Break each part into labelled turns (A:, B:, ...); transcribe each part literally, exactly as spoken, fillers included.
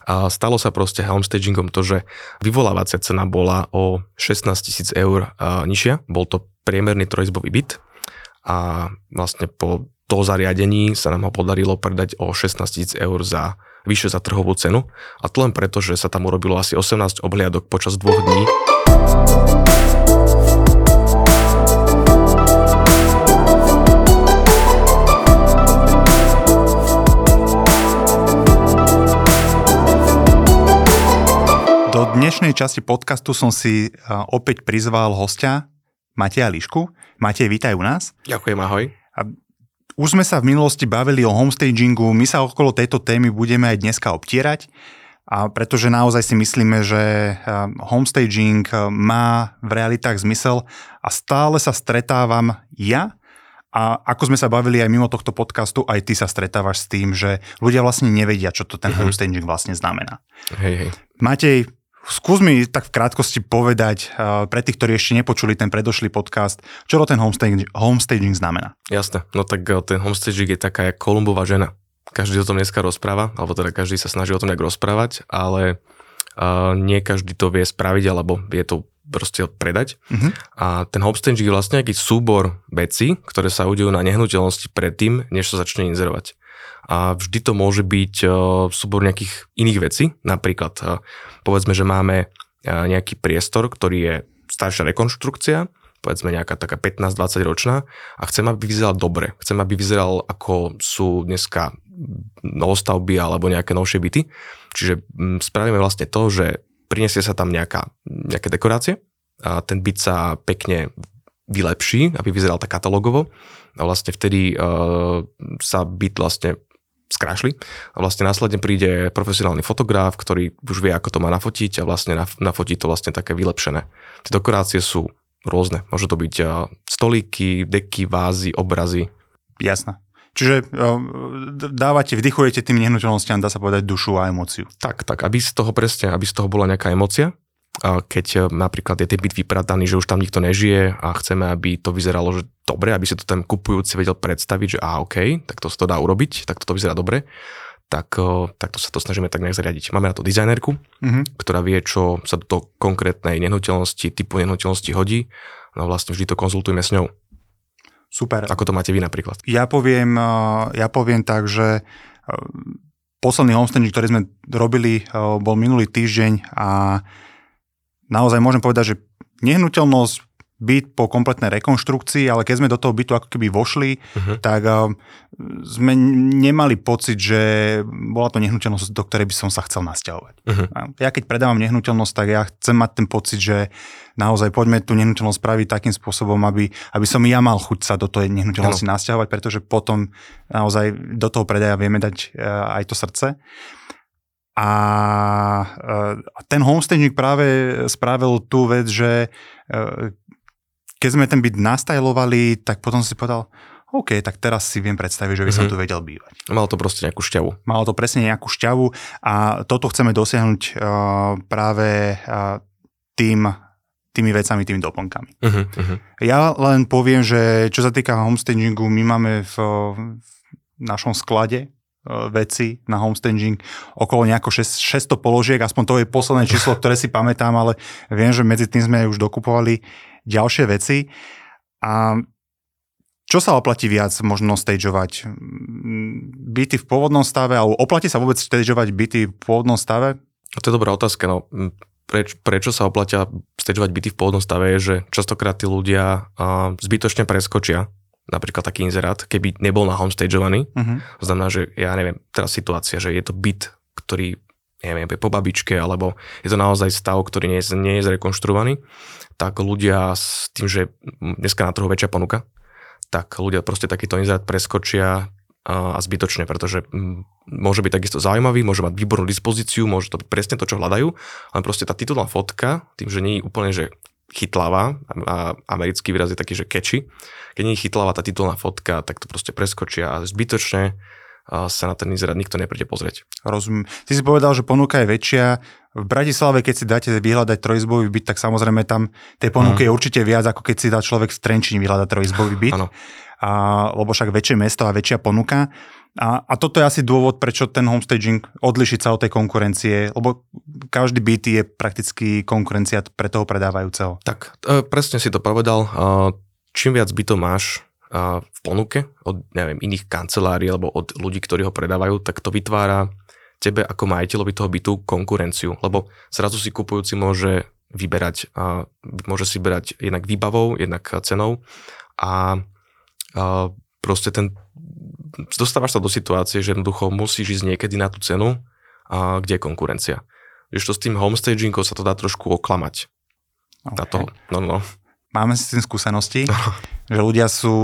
A: A stalo sa proste homestagingom to, že vyvolávacia cena bola o šestnásť tisíc eur nižšia. Bol to priemerný trojizbový byt a vlastne po dozariadení sa nám ho podarilo predať o šestnásť tisíc eur za vyššie za trhovú cenu. A to len preto, že sa tam urobilo asi osemnásť obhliadok počas dvoch dní.
B: Do dnešnej časti podcastu som si opäť prizval hostia, Mateja Lišku. Matej, vítaj u nás.
A: Ďakujem, ahoj.
B: A už sme sa v minulosti bavili o homestagingu, my sa okolo tejto témy budeme aj dneska obtierať, a pretože naozaj si myslíme, že homestaging má v realitách zmysel a stále sa stretávam ja, a ako sme sa bavili aj mimo tohto podcastu, aj ty sa stretávaš s tým, že ľudia vlastne nevedia, čo to ten mm-hmm. homestaging vlastne znamená.
A: Hej, hej.
B: Matej, skús mi tak v krátkosti povedať, uh, pre tých, ktorí ešte nepočuli ten predošlý podcast, čo to ten homestaging, homestaging znamená.
A: Jasné, no tak ten homestaging je taká jak Kolumbová žena. Každý o tom dneska rozpráva, alebo teda každý sa snaží o tom nejak rozprávať, ale uh, nie každý to vie spraviť, alebo vie to proste predať. Uh-huh. A ten homestaging je vlastne nejaký súbor vecí, ktoré sa udejú na nehnuteľnosti predtým, než sa začne inzerovať. A vždy to môže byť uh, súbor nejakých iných vecí. Napríklad, uh, povedzme, že máme uh, nejaký priestor, ktorý je staršia rekonštrukcia, povedzme nejaká taká pätnásť dvadsať ročná a chcem, aby vyzeral dobre. Chcem, aby vyzeral, ako sú dneska novostavby alebo nejaké novšie byty. Čiže um, spravíme vlastne to, že prinesie sa tam nejaká, nejaké dekorácie a ten byt sa pekne vylepší, aby vyzeral tak katalogovo. A vlastne vtedy uh, sa byt vlastne skrášli a vlastne následne príde profesionálny fotograf, ktorý už vie, ako to má nafotiť a vlastne nafotí to vlastne také vylepšené. Tie dekorácie sú rôzne. Môžu to byť stolíky, deky, vázy, obrazy.
B: Jasné. Čiže dávate, vdychujete tým nehnuteľnostiam, dá sa povedať, dušu a emóciu.
A: Tak, tak, aby z toho presne, aby z toho bola nejaká emócia. Keď napríklad je ten byt vyprataný, že už tam nikto nežije a chceme, aby to vyzeralo že dobre, aby si to ten kupujúci vedel predstaviť, že á, OK, tak to sa to dá urobiť, tak toto vyzerá dobre, tak, tak to sa to snažíme tak nejak zariadiť. Máme na to dizajnerku, mm-hmm. ktorá vie, čo sa do toho konkrétnej nehnuteľnosti, typu nehnuteľnosti hodí, no vlastne vždy to konzultujeme s ňou.
B: Super.
A: Ako to máte vy napríklad? Ja
B: poviem, ja poviem tak, že posledný homestaging, ktorý sme robili, bol minulý týždeň a naozaj môžem povedať, že nehnuteľnosť, byt po kompletnej rekonštrukcii, ale keď sme do toho bytu ako keby vošli, uh-huh. tak uh, sme nemali pocit, že bola to nehnuteľnosť, do ktorej by som sa chcel nasťahovať. Uh-huh. Ja keď predávam nehnuteľnosť, tak ja chcem mať ten pocit, že naozaj poďme tú nehnuteľnosť spraviť takým spôsobom, aby, aby som ja mal chuť sa do tej nehnuteľnosti uh-huh. nasťahovať, pretože potom naozaj do toho predaja vieme dať uh, aj to srdce. A ten homestaging práve spravil tú vec, že keď sme ten byt nastajlovali, tak potom si povedal, OK, tak teraz si viem predstaviť, že by som mm-hmm. tu vedel bývať.
A: Malo to proste nejakú šťavu.
B: Malo to presne nejakú šťavu a toto chceme dosiahnuť práve tým, tými vecami, tými doplnkami. Mm-hmm. Ja len poviem, že čo sa týka homestagingu, my máme v, v našom sklade veci na homestaging okolo nejako šesťsto položiek, aspoň to je posledné číslo, ktoré si pamätám, ale viem, že medzi tým sme už dokupovali ďalšie veci. A čo sa oplatí viac možno stageovať? Byty v pôvodnom stave, alebo oplatí sa vôbec stageovať byty v pôvodnom stave?
A: To je dobrá otázka. No, preč, prečo sa oplatia stageovať byty v pôvodnom stave je, že častokrát tí ľudia uh, zbytočne preskočia napríklad taký inzerát, keby nebol na homestageovaný. Uh-huh. Znamená, že ja neviem, teraz situácia, že je to byt, ktorý neviem, po babičke, alebo je to naozaj stav, ktorý nie je, nie je zrekonštruovaný, tak ľudia s tým, že dneska na trhu väčšia ponuka, tak ľudia proste takýto inzerát preskočia a zbytočne, pretože môže byť takisto zaujímavý, môže mať výbornú dispozíciu, môže to byť presne to, čo hľadajú, ale proste tá titulná fotka, tým, že nie je úplne, že chytlavá, a americký výraz je taký, že catchy. Keď nie je chytlavá tá titulná fotka, tak to proste preskočia a zbytočne sa na ten inzerát nikto nepríde pozrieť.
B: Rozumiem. Ty si povedal, že ponuka je väčšia. V Bratislave, keď si dáte vyhľadať trojizbový byt, tak samozrejme tam tej ponuky mm. je určite viac, ako keď si dá človek v Trenčíne vyhľadať trojizbový byt. Áno. A, lebo však väčšie mesto a väčšia ponuka. A, a toto je asi dôvod, prečo ten homestaging odlišiť sa od tej konkurencie, lebo každý byt je prakticky konkurencia pre toho predávajúceho.
A: Tak, e, presne si to povedal. E, čím viac bytov máš e, v ponuke od neviem, iných kancelárií alebo od ľudí, ktorí ho predávajú, tak to vytvára tebe ako majiteľovi toho bytu konkurenciu, lebo zrazu si kupujúci môže vyberať, e, môže si vyberať jednak výbavou, jednak cenou a e, proste ten dostávaš sa do situácie, že jednoducho musíš ísť niekedy na tú cenu, a kde je konkurencia. Vieš to s tým homestagingom sa to dá trošku oklamať. Okay. Táto, no, no.
B: Máme si s tým skúsenosti, že ľudia sú,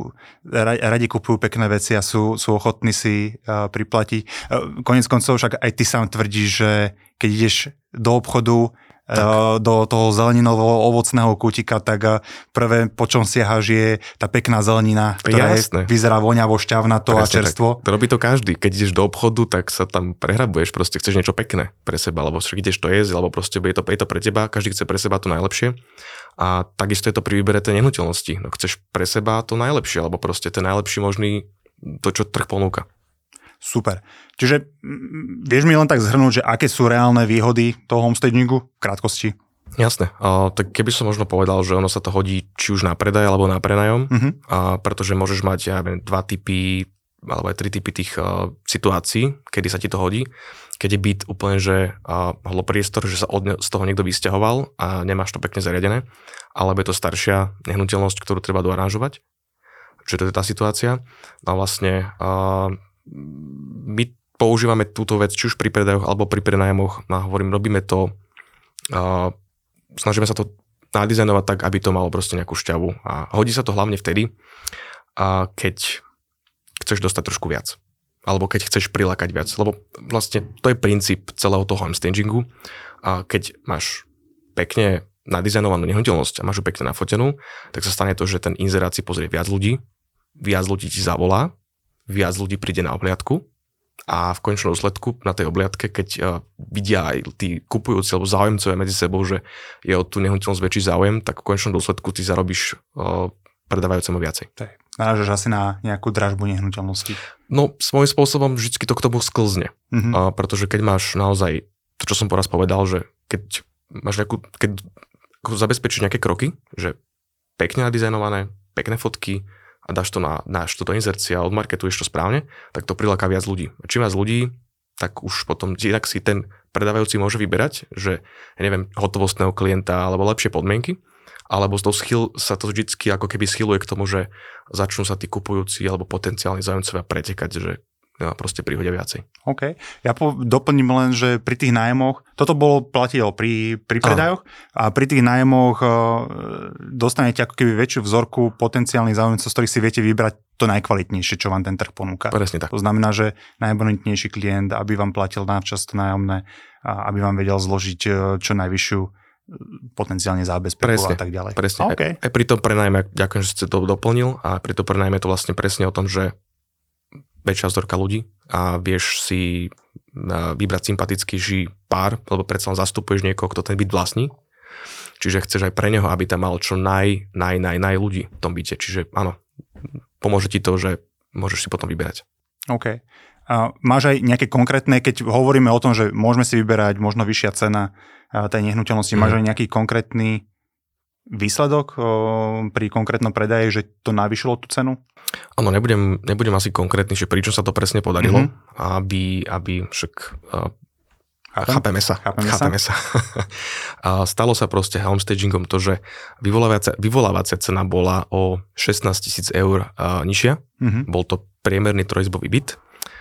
B: radi kupujú pekné veci a sú, sú ochotní si uh, priplatiť. Uh, Koniec koncov však aj ty sám tvrdíš, že keď ideš do obchodu, tak. do toho zeleninového ovocného kútika, tak prvé, po čom siahaš, je tá pekná zelenina, ktorá je, vyzerá voňavo, šťavnato a čerstvo.
A: To robí to každý. Keď ideš do obchodu, tak sa tam prehrabuješ, proste chceš niečo pekné pre seba, alebo však ideš to jesť, alebo proste je to, je to pre teba, každý chce pre seba to najlepšie. A takisto je to pri výbere tej nehnuteľnosti. No, chceš pre seba to najlepšie, alebo proste ten najlepší možný, to, čo trh ponúka.
B: Super. Čiže vieš mi len tak zhrnúť, že aké sú reálne výhody toho homestagingu v krátkosti?
A: Jasné. A, tak keby som možno povedal, že ono sa to hodí či už na predaj alebo na prenajom, uh-huh. a, pretože môžeš mať ja neviem, dva typy alebo aj tri typy tých a, situácií, kedy sa ti to hodí. Keď je byt úplne, že a, holopriestor, že sa od, z toho niekto vysťahoval a nemáš to pekne zariadené, alebo je to staršia nehnuteľnosť, ktorú treba doaranžovať. Čiže to je tá situácia. A vlastne a, my používame túto vec či už pri predajoch alebo pri prenájamoch. A hovorím, robíme to, a snažíme sa to nadizajnovať tak, aby to malo proste nejakú šťavu. A hodí sa to hlavne vtedy, a keď chceš dostať trošku viac. Alebo keď chceš prilákať viac. Lebo vlastne to je princíp celého toho homestagingu. A keď máš pekne nadizajnovanú nehnuteľnosť a máš ju pekne nafotenú, tak sa stane to, že ten inzerát si pozrie viac ľudí, viac ľudí ti zavolá, viac ľudí príde na obhliadku a v konečnom dôsledku na tej obhliadke, keď uh, vidia aj tí kupujúci alebo záujemcovia medzi sebou, že je o tú nehnuteľnosť väčší záujem, tak v konečnom dôsledku ty zarobíš uh, predávajúcemu viacej.
B: Narážaš asi na nejakú dražbu nehnuteľnosti?
A: No, svojím spôsobom vždy to k tomu sklzne. Mm-hmm. Uh, pretože keď máš naozaj, to čo som poraz povedal, že keď máš nejakú, keď zabezpečíš nejaké kroky, že pekne nadizajnované, pekné fotky, a dáš to na, na túto inzercia a odmarketuješ to správne, tak to priláka viac ľudí. A čím viac ľudí, tak už potom tak si ten predávajúci môže vyberať, že ja neviem, hotovostného klienta alebo lepšie podmienky, alebo to schyl, sa to vždycky ako keby schyluje k tomu, že začnú sa tí kupujúci alebo potenciálni záujemcovia pretekať, že ja, proste prihodia viacej. OK.
B: Ja po, doplním len, že pri tých nájmoch, toto bolo platilo pri, pri predajoch a pri tých nájmoch e, dostanete ako keby väčšiu vzorku potenciálnych záujemcov, z ktorých si viete vybrať to najkvalitnejšie, čo vám ten trh ponúka.
A: Presne tak.
B: To znamená, že najbonitnejší klient, aby vám platil návčas to nájomné, a aby vám vedel zložiť čo najvyššiu potenciálne zábezpeku a tak ďalej.
A: Presne.
B: Okay.
A: Aj, aj pri tom prenajme, ďakujem, že ste to doplnil, a pri tom prenajme je to vlastne presne o tom, že väčšia vzorka ľudí a vieš si vybrať sympatický pár, lebo predsa len zastupuješ niekoho, kto ten byt vlastní. Čiže chceš aj pre neho, aby tam mal čo naj, naj, naj, naj ľudí v tom byte. Čiže áno, pomôže ti to, že môžeš si potom vyberať.
B: OK. A máš aj nejaké konkrétne, keď hovoríme o tom, že môžeme si vyberať možno vyššia cena tej nehnuteľnosti, mm. máš aj nejaký konkrétny výsledok o, pri konkrétnom predaji, že to navýšilo tú cenu?
A: Áno, nebudem, nebudem asi konkrétnejšie, pričom sa to presne podarilo, mm-hmm. aby, aby však uh, chápeme sa.
B: Chápeme
A: chápeme
B: sa.
A: sa. A stalo sa proste homestagingom to, že vyvolávacia, vyvolávacia cena bola o šestnásť tisíc eur uh, nižšia. Mm-hmm. Bol to priemerný trojizbový byt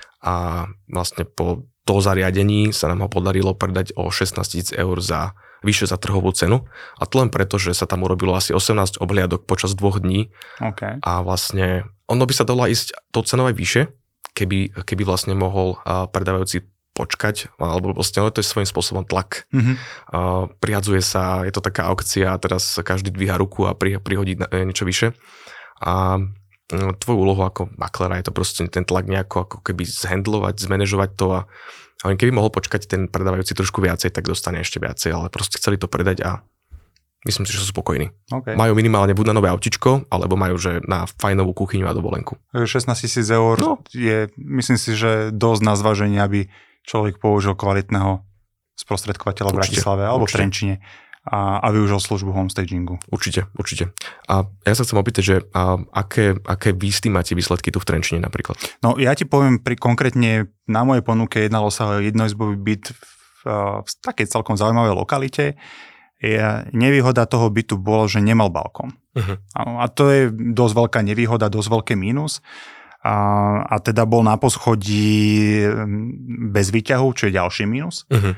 A: a vlastne po to zariadení sa nám ho podarilo predať o šestnásť tisíc eur za vyššie za trhovú cenu. A to len preto, že sa tam urobilo asi osemnásť obhliadok počas dvoch dní.
B: Okay.
A: A vlastne ono by sa dalo ísť to cenou aj vyššie, keby, keby vlastne mohol predávajúci počkať, alebo vlastne to je svojím spôsobom tlak. Mm-hmm. Uh, prihadzuje sa, je to taká aukcia a teraz každý dvíha ruku a pri, prihodí niečo vyššie. A tvoju úlohu ako maklera je to proste ten tlak nejako ako keby zhandlovať, zmanéžovať to a ale keby mohol počkať ten predávajúci trošku viacej, tak dostane ešte viacej, ale proste chceli to predať a Myslím si, že sú spokojní.
B: Okay.
A: Majú minimálne buď na nové autičko, alebo majú, že na fajnovú kuchyňu a dovolenku.
B: šestnásť tisíc eur no. je, myslím si, že dosť na zváženie, aby človek použil kvalitného sprostredkovateľa v Bratislave alebo v Trenčine a, a využil službu homestagingu.
A: Určite, určite. A ja sa chcem opýtať, že a, aké, aké vy s tým máte výsledky tu v Trenčine napríklad?
B: No ja ti poviem pri konkrétne na mojej ponuke jednalo sa o jednoizbový byt v, v takej celkom zaujímavej lokalite. Je, nevýhoda toho bytu bolo, že nemal balkón. Uh-huh. A, a to je dosť veľká nevýhoda, dosť veľké mínus. A, a teda bol na poschodí bez výťahu, čo je ďalší mínus. Uh-huh.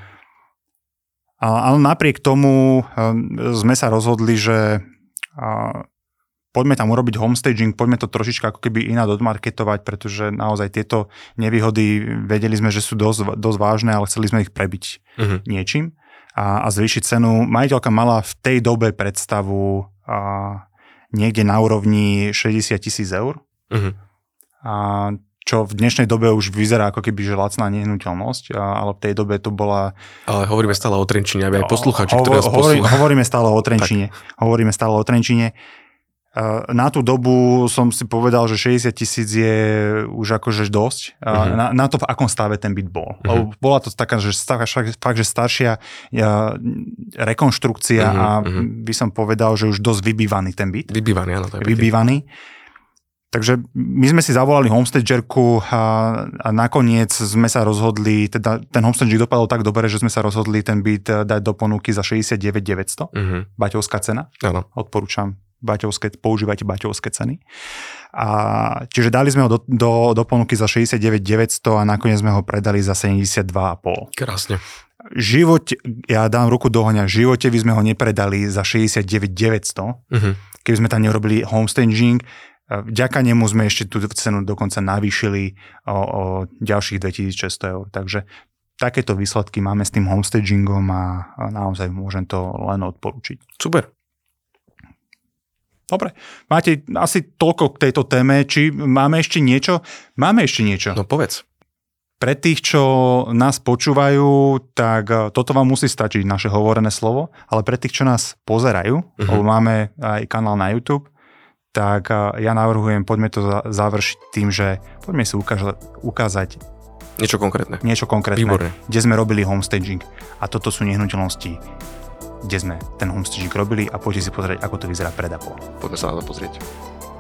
B: A, ale napriek tomu sme sa rozhodli, že a, poďme tam urobiť homestaging, poďme to trošička ako keby iná odmarketovať, pretože naozaj tieto nevýhody vedeli sme, že sú dosť, dosť vážne, ale chceli sme ich prebiť uh-huh. niečím. A, a zvýšiť cenu. Majiteľka mala v tej dobe predstavu a, niekde na úrovni šesťdesiat tisíc eur. Uh-huh. A, čo v dnešnej dobe už vyzerá ako keby že lacná nehnuteľnosť, a, ale v tej dobe to bola... Ale
A: hovoríme stále o Trenčine, aby aj posluchači,
B: hovor,
A: ktorí nás
B: hovorí,
A: poslúchajú.
B: Hovoríme stále o Trenčine. Hovoríme stále o Trenčine. Na tú dobu som si povedal, že šesťdesiat tisíc je už akože dosť. Uh-huh. Na, na to, v akom stave ten byt bol. Uh-huh. Bola to taká, že fakt, že staršia rekonštrukcia uh-huh. a by som povedal, že už dosť vybývaný ten byt.
A: Vybývaný, áno.
B: Vybývaný. Takže my sme si zavolali homestagerku a, a nakoniec sme sa rozhodli, teda ten homestaging dopadol tak dobre, že sme sa rozhodli ten byt dať do ponuky za šesťdesiatdeväť tisíc deväťsto. Uh-huh. Baťovská cena. Áno. Odporúčam. Baťovské, používajte baťovské ceny. A, čiže dali sme ho do, do, do ponuky za šesťdesiatdeväť tisíc deväťsto a nakoniec sme ho predali za sedemdesiatdva celá päť.
A: Krásne.
B: Život, ja dám ruku do ohňa, v živote by sme ho nepredali za šesťdesiatdeväť tisíc deväťsto, uh-huh. keby sme tam nerobili homestaging. Vďaka nemu sme ešte tú cenu dokonca navýšili o, o ďalších dvetisícšesťsto eur. Takže takéto výsledky máme s tým homestagingom a, a naozaj môžem to len odporučiť.
A: Super.
B: Dobre, máte asi toľko k tejto téme, či máme ešte niečo? Máme ešte niečo.
A: No povedz.
B: Pre tých, čo nás počúvajú, tak toto vám musí stačiť, naše hovorené slovo, ale pre tých, čo nás pozerajú, uh-huh. lebo máme aj kanál na YouTube, tak ja navrhujem, poďme to završiť tým, že poďme si ukáža- ukázať
A: niečo konkrétne.
B: Niečo konkrétne,
A: Výborné.
B: Kde sme robili homestaging. A toto sú nehnuteľnosti, kde sme ten homestaging robili a poďte si pozrieť, ako to vyzerá pred a po.
A: Poďme sa na to pozrieť.